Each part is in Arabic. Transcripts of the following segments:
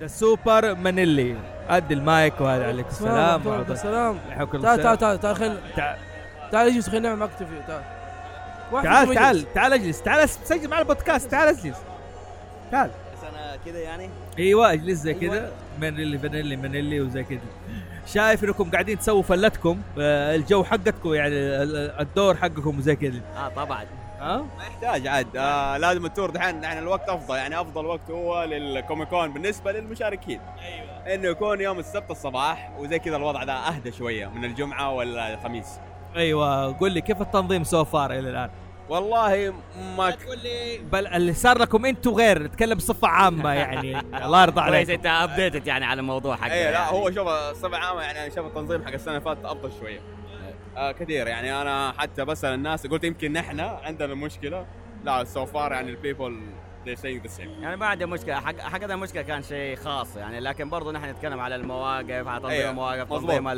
سوبر مانيلي. ادي المايك وهذا عليك السلام. السلام. تعال تعال اجلس خلينا نعمل مكتفي. تعال اجلس. تعال سجل مع البودكاست. تعال اجلس. تعال. بس انا كذا يعني. ايوه اجلس زي كذا. مانيلي وزي كذا. شايف انكم قاعدين تسووا فلتكم الجو حقتكم يعني الدور حقكم وزي كذا. طبعا. ما يحتاج عاد. لازم التور دحين يعني الوقت افضل، يعني افضل وقت هو للكوميكون بالنسبه للمشاركين. ايوه انه يكون يوم السبت الصباح وزي كذا الوضع ده اهدى شويه من الجمعه ولا الخميس. ايوه قول لي كيف التنظيم سو فار الى الان؟ والله ما تقول لي بل اللي صار لكم انتم غير نتكلم بصفه عامه يعني. الله يرضى عليك. انت ابديتد يعني على الموضوع حقه. اي لا يعني. هو شوف صفه عامه يعني انا شايف التنظيم حق السنه اللي فاتت افضل شويه. كثير يعني انا حتى بسأل الناس قلت يمكن نحن عندنا مشكله. لا سو فار يعني البيبل they're saying the same. يعني ما عندي مشكله حقنا المشكله كان شيء خاص يعني، لكن برضو نحن نتكلم على المواقف، على تنظيم المواقف، تنظيم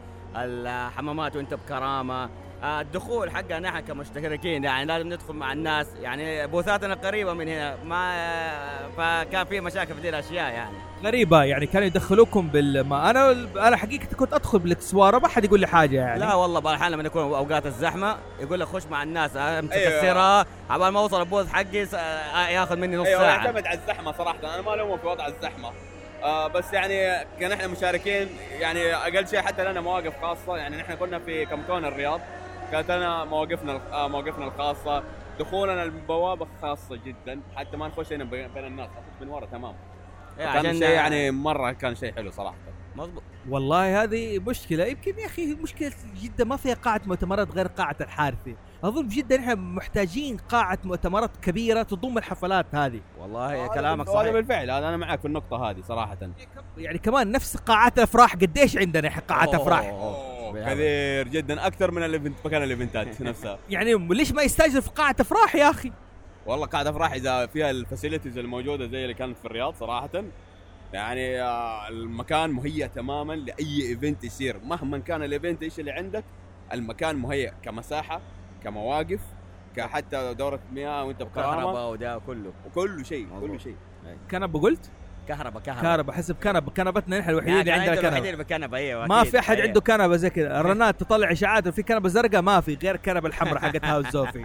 الحمامات وانت بكرامه. الدخول حقنا نحن كمشتركين يعني لازم ندخل مع الناس، يعني بوثاتنا قريبه من هنا ما فكان في مشاكل في دي الاشياء يعني غريبه. يعني كانوا يدخلوكم ما انا حقيقه كنت ادخل بالاكسوار ما حد يقول لي حاجه يعني. لا والله بعض الأحيان لما يكون اوقات الزحمه يقول لك خش مع الناس امسك السياره عبال ما اوصل البوث حقي ياخذ مني نص ساعه. يعتمد على الزحمه صراحه. انا ما لومه في وضع الزحمه. بس يعني كان احنا مشاركين يعني اقل شيء حتى لنا مواقف خاصه. يعني نحن كنا في كمكون الرياض، كانت لنا مواقفنا الخاصه. دخولنا البوابه خاصه جدا حتى ما نخش هنا بين الناس، نخش من ورا تمام. كان شيء يعني مره كان شيء حلو صراحه. مظبوط. والله هذه مشكله. يمكن يا اخي مشكله جده ما فيها قاعه مؤتمرات غير قاعه الحارثي. اظن جدا نحن محتاجين قاعه مؤتمرات كبيره تضم الحفلات هذه. والله كلامك صحيح. هذا بالفعل انا معك في النقطه هذه صراحه. يعني كمان نفس قاعات الافراح قديش عندنا قاعات افراح كثير جدا اكثر من مكان الايفنتات نفسها. يعني ليش ما يستاجر في قاعه افراح يا اخي؟ والله قاعه افراح اذا فيها الفاسيلتيز الموجوده زي اللي كانت في الرياض صراحه يعني المكان مهيأ تماما لاي ايفنت يصير مهما كان الايفنت ايش اللي عندك. المكان مهيأ كمساحه كمواقف كحتى دوره مياه وانت كهرباء وده كل شيء كل شيء. كنبه قلت كهرباء حسب كنبتنا نحن الوحيدين اللي عندنا كنبه. أيوة ما في احد عنده كنبه زي كذا. الرنات تطلع اشاعات وفي كنبه زرقاء ما في غير كنبه الحمراء حقت هاوس زوفي.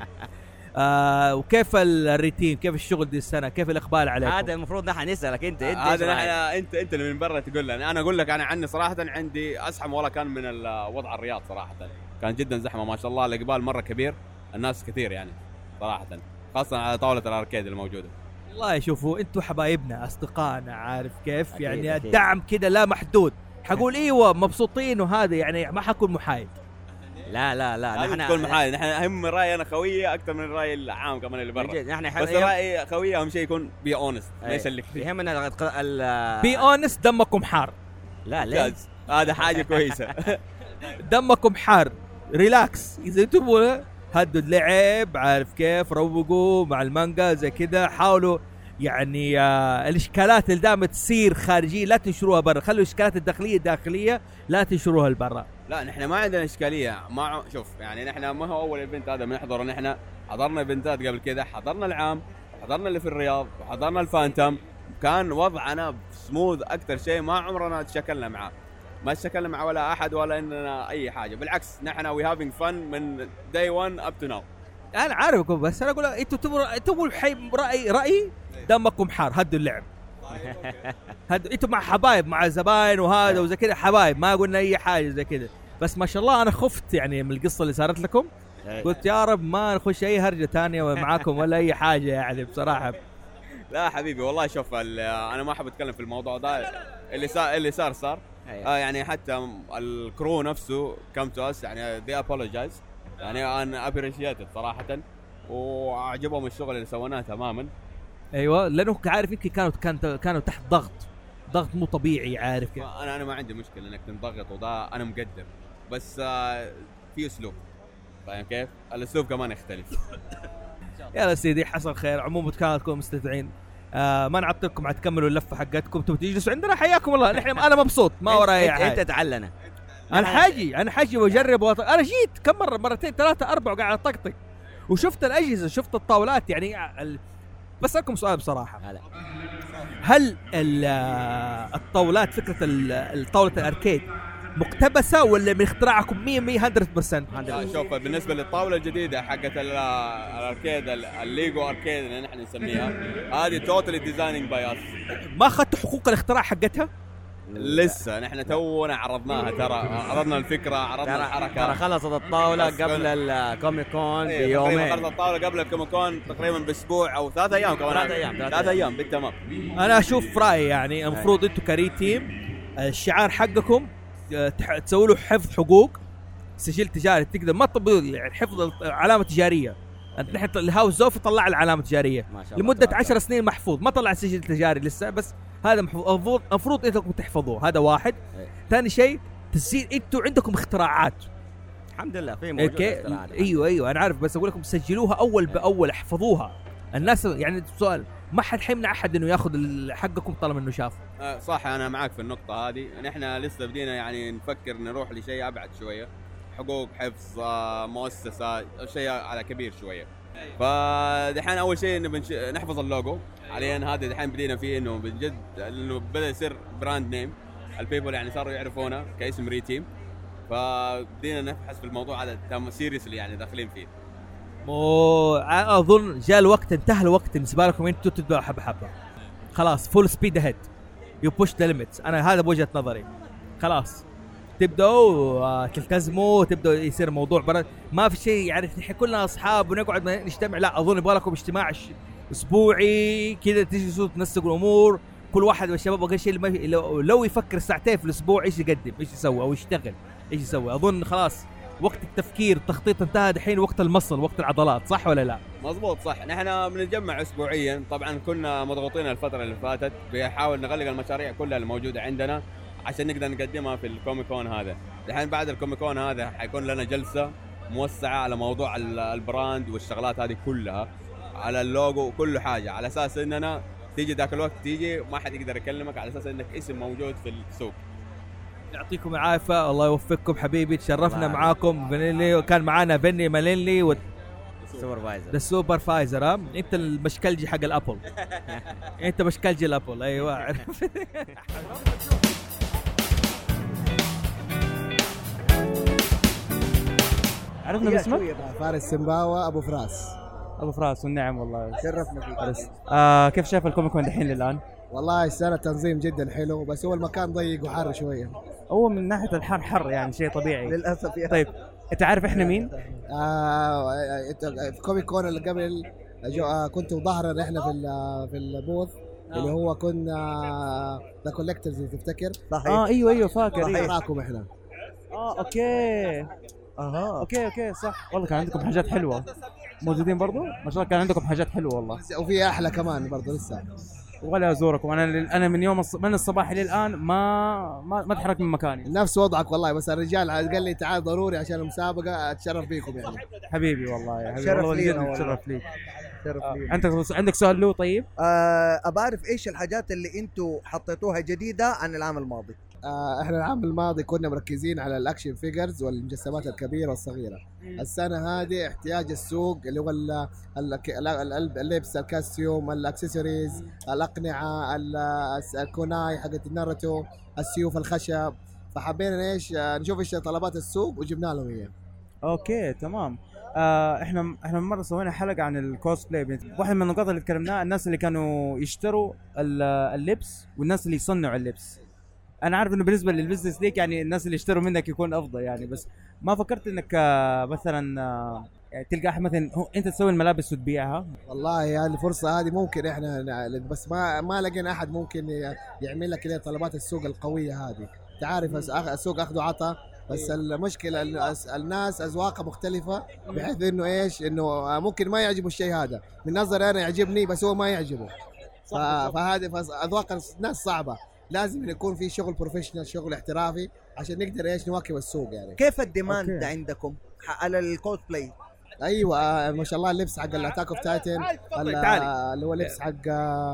وكيف الروتين كيف الشغل دي السنه كيف الاقبال عليكم؟ هذا المفروض نحن نسالك انت هذا انت اللي من برا تقول لي. انا اقول لك انا عني صراحه عندي ازحم ولا كان من وضع الرياض صراحه. كان جدا زحمه ما شاء الله. الاقبال مره كبير الناس كثير يعني صراحه خاصه على طاوله الاركيد الموجوده. والله شوفوا انتم حبايبنا اصدقائنا عارف كيف أكيد يعني أكيد. الدعم كده لا محدود. حقول ايوه مبسوطين وهذا يعني ما حكون محايد. لا نحن تكون محايد. نحن اهم راينا خويه اكثر من الراي العام كمان اللي برا. بس رايي خويه اهم شيء يكون بي اونست. ليش اللي يهمنا بي اونست دمكم حار. لا هذا حاجه كويسه. دمكم حار ريلاكس. اذا تبغوا هدوا اللعب عارف كيف روقوا مع المانجا زي كذا. حاولوا يعني الاشكالات اللي دائما تصير خارجيه لا تنشروها برا. خلوا الاشكالات الداخليه داخليه لا تنشروها لبرا. لا نحن ما عندنا اشكاليه. ما شوف يعني نحن ما هو اول ايفنت هذا بنحضره. نحن حضرنا ايفنتات قبل كذا. حضرنا العام حضرنا اللي في الرياض وحضرنا الفانتوم. كان وضعنا سموث اكثر شيء. ما عمرنا تشكلنا معاه. ما تشكلنا مع ولا احد ولا اننا اي حاجه. بالعكس نحن وي هافينج فن من داي 1 اب تو ناو. انا عارفكم بس انا اقول انتوا تبغوا رايي دمكم حار. هدوا اللعب. هدوا انتوا مع حبايب مع زباين وهذا وزي كذا حبايب. ما قلنا اي حاجه زي كذا. بس ما شاء الله انا خفت يعني من القصه اللي صارت لكم. قلت يا رب ما نخش اي هرجه تانية معاكم ولا اي حاجه يعني بصراحه. لا حبيبي والله شوف انا ما احب اتكلم في الموضوع ده. اللي صار يعني حتى الكرو نفسه كم تو اس يعني they apologize يعني انا ابريشيتد صراحه وعجبهم الشغل اللي سويناه تماما. ايوه لانه عارف يمكن كانوا تحت ضغط مو طبيعي عارف كيف. انا ما عندي مشكله انك تنضغط وده انا مقدر. بس في اسلوب فاهم كيف الاسلوب كمان يختلف. يلا سيدي حصل خير. عموما كانتكم مستمتعين. ما نعطيكم على تكملوا اللفه حقتكم. تبغوا تجلسوا عندنا حياكم الله. نحن انا مبسوط ما وراي حاجه. انت تعلنا. انا حاجي واجرب انا جيت كم مره مرتين ثلاثه اربعه وقاعد اطقطق وشفت الاجهزه شفت الطاولات يعني. بس لكم سؤال بصراحه. هل الطاولات فكره الطاوله الاركيد مقتبسه ولا من اختراعكم 100% 100%؟ شوف بالنسبه للطاوله الجديده حقت الاركيد الليجو اركيد اللي نحن نسميها هذه توتالي ديزايننج باي اس. ما اخذتوا حقوق الاختراع حقتها؟ لسه نحن تونا عرضناها، ترى عرضنا الفكره، عرضنا الحركه. ترى خلصت الطاوله قبل الكوميكون بيومين. خلصت الطاوله قبل الكوميكون تقريبا باسبوع او 3 ايام كمان. 3 ايام بالتمام. انا اشوف رايي يعني المفروض انتم كري تيم الشعار حقكم تسووا له حفظ حقوق، سجل تجاري، تقدر ما تطبقوا يعني حفظ علامه تجاريه. نحن الهاوس زوف طلع العلامه التجاريه لمده 10 سنين محفوظ، ما طلع سجل تجاري لسه، بس هذا المفروض انكم تحفظوه. هذا واحد. ثاني شيء تسجيل، انتم عندكم اختراعات الحمد لله في موجود اختراعات. ايوه انا عارف، بس اقول لكم سجلوها اول باول، احفظوها. الناس يعني سؤال، ما حد حيمنع احد انه ياخذ حقكم طالما انه شاف. صح، انا معك في النقطه هذه. نحن لسه بدينا يعني نفكر نروح لشيء ابعد شويه، حقوق، حفظ، مؤسسه، شيء على كبير شويه. فدحين اول شيء نحفظ اللوجو حاليا. هذا دحين بدينا فيه انه بجد انه بدا يصير براند نيم، البيبل يعني صاروا يعرفونا كاسم ري تيم. فبدينا نبحث في الموضوع هذا سيريسلي يعني داخلين فيه. اظن جاء الوقت، انتهى الوقت بالنسبه لكم انتوا تبداوا حبه حبه. خلاص فول سبيد اهيد، يو بوش ذا ليميتس. انا هذا بوجهه نظري. خلاص تبداوا تلتزموا، تبداوا يصير موضوع برد. ما في شيء يعني نحن كلنا اصحاب ونقعد نجتمع، لا اظن يبغى لكم اجتماع اسبوعي كذا، تجلسوا تنسقوا الامور. كل واحد من الشباب اقل شيء لو يفكر ساعتين في الاسبوع ايش يقدم، ايش يسوي او يشتغل، ايش يسوي. اظن خلاص وقت التفكير التخطيط انتهى، دحين وقت المصل، وقت العضلات. صح ولا لا؟ مزبوط صح. نحن بنتجمع اسبوعيا. طبعا كنا مضغوطين الفتره اللي فاتت، بنحاول نغلق المشاريع كلها الموجوده عندنا عشان نقدر نقدمها في الكوميكون هذا. دحين بعد الكوميكون هذا حيكون لنا جلسه موسعه على موضوع البراند والشغلات هذه كلها، على اللوجو وكل حاجه، على اساس اننا تيجي ذاك الوقت تيجي ما حد يقدر يكلمك، على اساس انك اسم موجود في السوق. يعطيكم العافيه، الله يوفقكم حبيبي. تشرفنا معاكم فانيلي، وكان معانا فيني مالينلي السوبرفايزر. انت المشكلجي حق الابل. انت مشكلجي الابل. ايوه عرفت. عرفنا باسمك؟ فارس سمباوة ابو فراس. ابو فراس والنعم والله. شرفنا فيك. كيف شايف الكوميكون دحين الان؟ والله السنة تنظيم جدا حلو، بس هو المكان ضيق وحار شوية. هو من ناحية الحر حر يعني شيء طبيعي للأسف يعني. طيب انت عارف احنا مين؟ في كوميكون اللي قبل كنت ظهرا احنا في البوث اللي هو كنا ذا كولكترز، تفتكر؟ صحيح. ايوه فاكر. معاكم احنا. اوكي. اوكي صح. والله كان عندكم حاجات حلوة موجودين برضو، ما شاء الله كان عندكم حاجات حلوة والله. وفي احلى كمان برضو لسه. ولا ازوركم انا من يوم من الصباح للان ما اتحرك من مكاني. نفس وضعك والله، بس الرجال قال لي تعال ضروري عشان المسابقه، اتشرف بيكم يعني. حبيبي والله يا حبيبي، شرف والله لينا. شرف ليك. شرف لينا. انت عندك سؤال له؟ طيب أبعرف ايش الحاجات اللي انتوا حطيتوها جديده عن العام الماضي؟ احنا العام الماضي كنا مركزين على الاكشن فيجرز والمجسمات الكبيرة والصغيرة. السنة هذه احتياج السوق اللي هو اللبس، الكاستيوم، الاكسسوارز، الأقنعة، الكوناي حقت الناروتو، السيوف، الخشب. فحبينا ايش نشوف ايش طلبات السوق وجبنا لهم اياه. اوكي تمام. احنا مرة سوينا حلقة عن الكوسبلاي. واحد من النقاط اللي تكلمناها الناس اللي كانوا يشتروا اللبس والناس اللي يصنعوا اللبس. انا عارف انه بالنسبه للبزنس ليك يعني الناس اللي يشتروا منك يكون افضل يعني، بس ما فكرت انك مثلا يعني تلقى احد مثلا انت تسوي الملابس وتبيعها؟ والله يعني الفرصه هذه ممكن احنا بس ما لقينا احد ممكن يعمل لك طلبات السوق القويه هذه. تعرف السوق اخذوا عطا، بس المشكله الناس اذواقها مختلفه، بحيث انه ايش انه ممكن ما يعجبه الشيء هذا. من نظري انا يعجبني بس هو ما يعجبه. فهذه اذواق الناس صعبه. لازم يكون في شغل بروفيشنال، شغل احترافي، عشان نقدر ايش نواكب السوق يعني. كيف الديماند عندكم على الكوسبلاي؟ ايوه ما شاء الله اللبس حق الاتاك اوف تايتن اللي هو لبس حق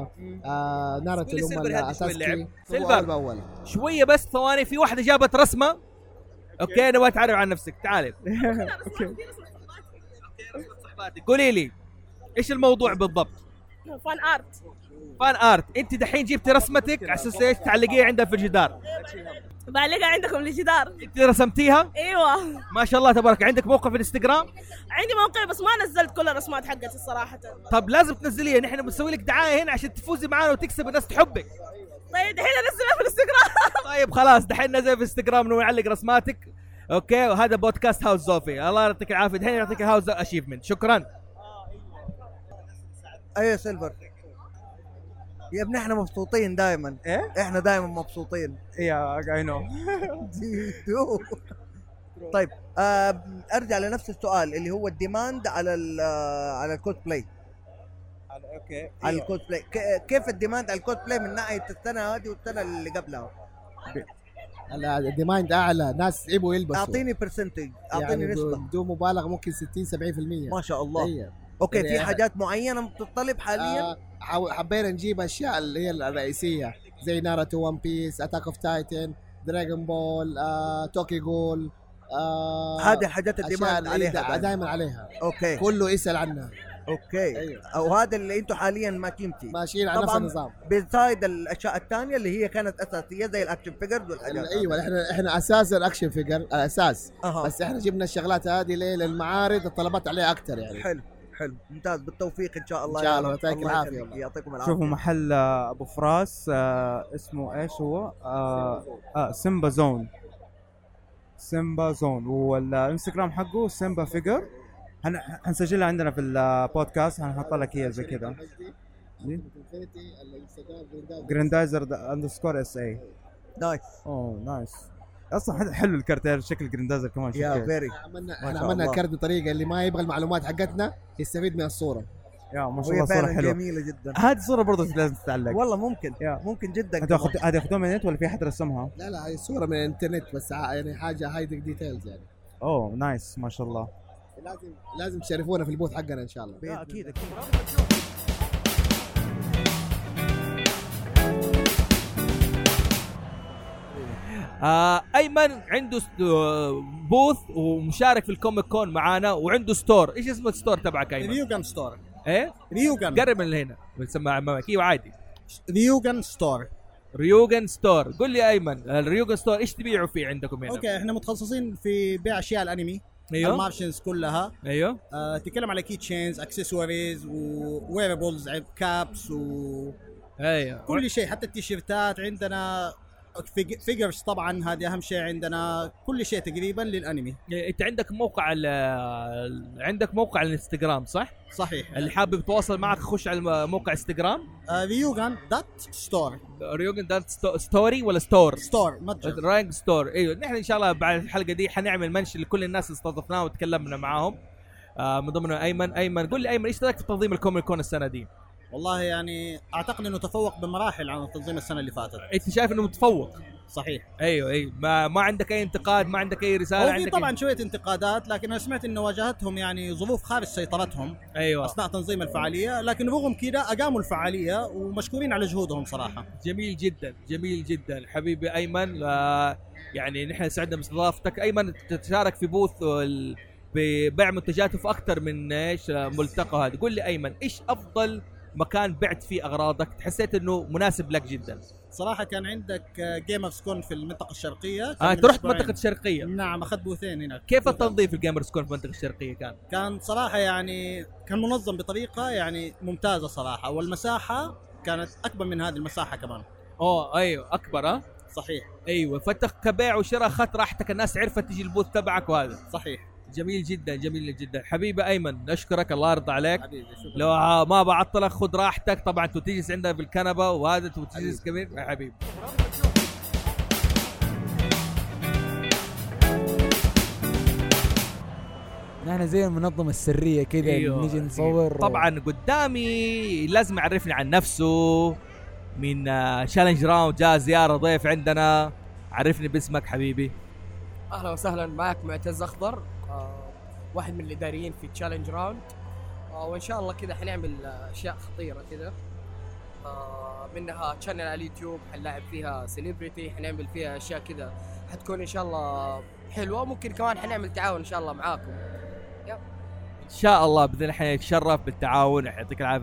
ناروتو اللي هم الاساسي سيلفر. شويه بس ثواني، في واحده جابت رسمه. اوكي انا ما تعرف عن نفسك، تعالي. اوكي قولي لي ايش الموضوع بالضبط؟ فان ارت. فان ارت. انت دحين جبتي رسمتك على اساس ايش تعلقيها عندها في الجدار؟ بعلقها عندكم الجدار. انت رسمتيها؟ ايوه. ما شاء الله تبارك. عندك موقع في الانستغرام؟ عندي موقع بس ما نزلت كل الرسمات حقتي الصراحه. طب لازم تنزليها، نحن بنسوي لك دعايه هنا عشان تفوزي معنا وتكسب الناس تحبك. طيب دحين انزلها في الانستغرام. طيب خلاص دحين نزل في الانستغرام ونعلق رسماتك. اوكي، وهذا بودكاست هاوس زوفي. الله يعطيك العافيه. دحين يعطيك هاوس اشيفمنت. شكرا. ايوه سيلفر يا ابني احنا مبسوطين دائما. ايه احنا دائما مبسوطين. يا اي نو. طيب ارجع لنفس السؤال اللي هو الديماند على الكوسبلاي. اوكي على الكوسبلاي كيف الديماند على الكوسبلاي من ناحيه السنه هذه والسنه اللي قبلها؟ الديماند اعلى، ناس يبغوا يلبسوا. اعطيني برسنتج، اعطيني يعني نسبه بدون مبالغه ممكن 60-70%. ما شاء الله. أيه. اوكي يعني في حاجات معينه بتطلب حاليا؟ حبينا نجيب اشياء اللي هي الرئيسيه زي ناروتو، ون بيس، اتاك اوف تايتن، دراغون بول، توكي جول. هذه الحاجات الديماند عليها دائما عليها. اوكي كله يسال عنها. اوكي أيوه. او هذا اللي انتم حاليا ماشيين فيه، ماشيين على نفس النظام. بيسايد الاشياء الثانيه اللي هي كانت اساسيه زي الاكشن فيجرز والحاجات. ايوه احنا اساسا اكشن فيجر اساس. بس احنا جبنا الشغلات هذه ليه؟ للمعارض الطلبات عليها اكثر يعني. حلو ممتاز، بالتوفيق ان شاء الله. ان شاء الله. يعطيك العافيه. يعطيكم العافيه. شوفوا محل ابو فراس اسمه ايش هو؟ سيمبا زون. سيمبا زون، والانستغرام حقه سيمبا فيجر. هنسجلها عندنا في البودكاست، هنحط لك هي زي كذا. جراندايزر _SA. نايس. اوه نايس. اصلا حلو الكارت، شكل جراندايزر كمان. يا فيري. احنا عملنا الكارت بطريقه اللي ما يبغى المعلومات حقتنا يستفيد من الصوره. يا ما شاء الله صورة حلوة جميلة جدا. هذه الصورة برضه لازم تتعلق. والله ممكن جدا. هذه ياخذوها من النت ولا في حد رسمها؟ لا هي صورة من الانترنت بس يعني حاجة هاي ديتيلز يعني. اوه نايس ما شاء الله. لازم تشرفونا في البوث حقنا ان شاء الله. اكيد. ايمن عنده بوث ومشارك في الكوميك كون معانا، وعنده ستور. ايش اسمه الستور تبعك ايمن؟ ريوغان ستور. ايه ريوغان. قرب من هنا بنسمع امامك. ايوه عادي. ريوغان ستور. ريوغان ستور. قل لي ايمن، الريوغان ستور ايش تبيعوا فيه عندكم هنا؟ اوكي احنا متخصصين في بيع اشياء الانمي. ايوه المارشنز كلها. ايوه تتكلم على كي تشينز، اكسسوارز، وويربلز، كابس، و ايوه كل شيء، حتى التيشيرتات عندنا، فيجرز طبعا هذه اهم شيء عندنا، كل شيء تقريبا للانمي. انت عندك موقع عندك موقع الانستغرام صح؟ صحيح. اللي حابب يتواصل معك خش على موقع انستغرام ريوغان.ستور. ريوغان.ستوري ولا ستور؟ ستور متجر. رانك ستور. ايوه نحن ان شاء الله بعد الحلقه دي حنعمل منشن لكل الناس اللي استضفناهم وتكلمنا معاهم. من ضمنهم ايمن. قول لي ايمن ايش رايك في تنظيم الكوميك كون السنه دي؟ والله يعني اعتقد انه تفوق بمراحل عن تنظيم السنه اللي فاتت. انت شايف انه متفوق؟ صحيح. ايوه ما عندك اي انتقاد، ما عندك اي رساله؟ عندك طبعا شويه انتقادات، لكن انا سمعت انه واجهتهم يعني ظروف خارج سيطرتهم. ايوه اثناء تنظيم الفعاليه، لكن رغم كذا اقاموا الفعاليه ومشكورين على جهودهم صراحه. جميل جدا جميل جدا حبيبي ايمن. يعني نحن سعدنا باستضافتك ايمن. تتشارك في بوث ببيع منتجاته في اكثر من ملتقى. هذا قول لي ايمن ايش افضل مكان بعت فيه اغراضك حسيت انه مناسب لك جدا؟ صراحه كان عندك جيمرز كون في المنطقه الشرقيه. انت رحت منطقه الشرقيه؟ نعم اخذت بوثين هناك. كيف التنظيف في الجيمرز كون في المنطقه الشرقيه؟ كان صراحه يعني كان منظم بطريقه يعني ممتازه صراحه، والمساحه كانت اكبر من هذه المساحه كمان. ايوه اكبر. صحيح. ايوه فانت كبيع وشراء اخذت راحتك، الناس عرفت تجي البوث تبعك وهذا. صحيح. جميل جدا جميل جدا حبيبي ايمن. نشكرك الله يرضى عليك. حبيبي شكرا. لو ما بعطلك خذ راحتك. طبعا انت تجلس عندنا في الكنبه وهذا تجلس كبير يا حبيبي. نحن زي المنظمة السرية كذا. أيوه. نيجي نصور طبعا قدامي لازم يعرفني عن نفسه. من تشالنج راوند جاء زيارة ضيف عندنا. عرفني باسمك حبيبي. اهلا وسهلا، معك معتز اخضر، واحد من الاداريين في تشالنج راوند. وان شاء الله كذا حنعمل اشياء خطيره كذا، منها تشانل على اليوتيوب حنلاعب فيها سيلبرتي، حنعمل فيها اشياء كذا حتكون ان شاء الله حلوه. ممكن كمان حنعمل تعاون ان شاء الله معاكم. ان شاء الله باذن الله حنتشرف بالتعاون. يعطيك العافيه.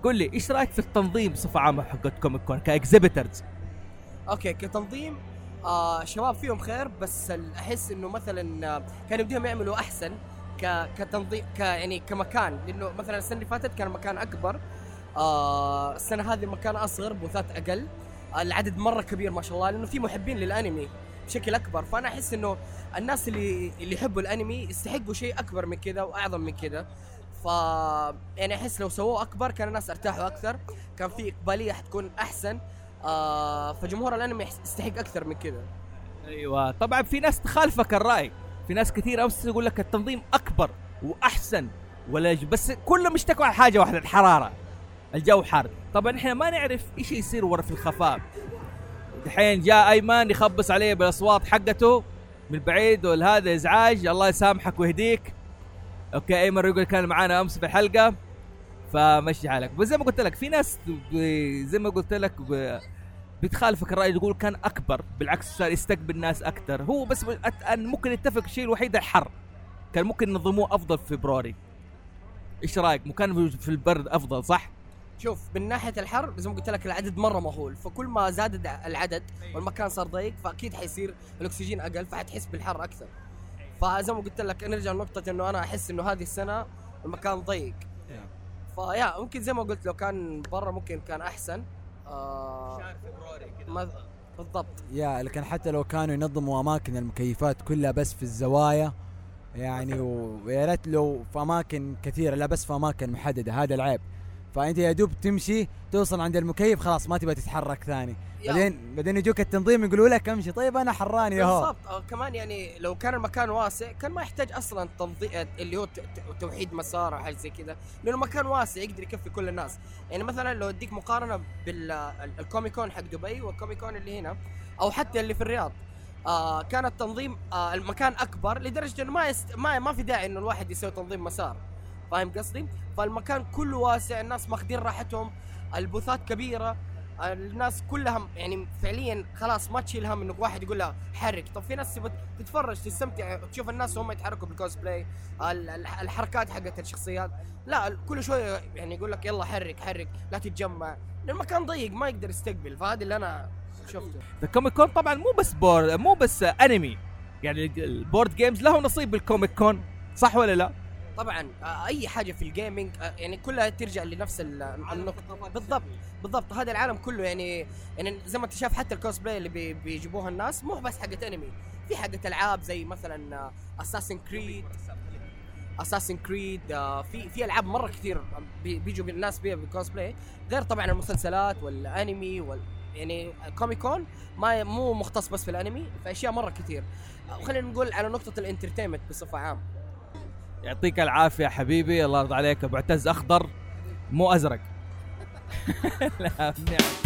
قول لي ايش رايك في التنظيم بصفه عامه حق كوميك كون كاكزيبيترز؟ اوكي كتنظيم شباب فيهم خير، بس احس انه مثلا كانوا بدهم يعملوا احسن كتنظيم يعني كمكان، لانه مثلا السنه اللي فاتت كان مكان اكبر، السنه هذه مكان اصغر، بوثات اقل، العدد مره كبير ما شاء الله، لانه في محبين للانمي بشكل اكبر. فانا احس انه الناس اللي يحبوا الانمي يستحقوا شيء اكبر من كذا واعظم من كذا. ف يعني احس لو سووه اكبر كان الناس ارتاحوا اكثر، كان في اقباليه حتكون احسن، فجمهور الانمي يستحق اكثر من كذا. ايوه طبعا في ناس تخالفك الراي، في ناس كثير امس يقول لك التنظيم اكبر واحسن بس كلهم اشتكوا على حاجه واحده، الحراره، الجو حار. طبعا احنا ما نعرف ايش يصير ورا في الخفاء. الحين جاء ايمن يخبص عليه بالاصوات حقته من بعيد، والهذا ازعاج، الله يسامحك ويهديك. اوكي ايمن يقول كان معانا امس في الحلقه، فمشي حالك. بس زي ما قلت لك في ناس زي ما قلت لك بتخالفك الراي، تقول كان اكبر، بالعكس صار يستقبل الناس اكثر. هو بس ممكن نتفق الشيء الوحيد الحر، كان ممكن ينظموه افضل في فبراير. ايش رايك؟ مكان في البرد افضل صح؟ شوف من ناحيه الحر زي ما قلت لك العدد مره مهول، فكل ما زاد العدد والمكان صار ضيق فاكيد حيصير الاكسجين اقل، فحتحس بالحر اكثر. فزي ما قلت لك نرجع لنقطه انه انا احس انه هذه السنه المكان ضيق، فيا ممكن زي ما قلت لو كان برا ممكن كان احسن. بالضبط يا لكن حتى لو كانوا ينظموا اماكن المكيفات كلها بس في الزوايا يعني، ويا ريت لو في اماكن كثيره، لا بس في اماكن م هذا العيب. فانت يا دوب تمشي توصل عند المكيف خلاص ما تبغى تتحرك ثاني، بعدين يجوك التنظيم يقولوا لك امشي. طيب انا حراني اهو. بالضبط. كمان يعني لو كان المكان واسع كان ما يحتاج اصلا تنظيم اللي هو توحيد مسار او حاجه زي كذا، لانه المكان واسع يقدر يكفي كل الناس. يعني مثلا لو اديك مقارنه بالكوميكون حق دبي والكوميكون اللي هنا او حتى اللي في الرياض، كان التنظيم المكان اكبر لدرجه انه ما في داعي انه الواحد يسوي تنظيم مسار، فاهم قصدي؟ فالمكان كله واسع، الناس ماخذين راحتهم، البوثات كبيره، الناس كلها يعني فعليا خلاص ما تشيل هم انه واحد يقول لها حرك. طب في ناس تتفرج تستمتع تشوف الناس وهم يتحركوا بالكوسبلاي، الحركات حقت الشخصيات، لا كل شويه يعني يقول لك يلا حرك لا تتجمع، المكان ضيق ما يقدر يستقبل. فهذا اللي انا شفته. الكوميك كون طبعا مو بس انمي، يعني البورد جيمز له نصيب بالكوميك كون صح ولا لا؟ طبعا اي حاجه في الجيمنج يعني كلها ترجع لنفس النقطه. بالضبط هذا العالم كله يعني زي ما انت شايف حتى الكوسبلاي اللي بيجيبوها الناس مو بس حقت انمي، في حقت العاب زي مثلا اساسن كريد، في العاب مره كثير بيجوا الناس بيها بالكوسبلاي، غير طبعا المسلسلات والانمي يعني كوميكون مو مختص بس في الانمي، في اشياء مره كثير. وخلينا نقول على نقطه الانترتينمنت بصفه عام. يعطيك العافيه حبيبي، الله يرضى عليك ابو عتز، اخضر مو ازرق. لا نعم.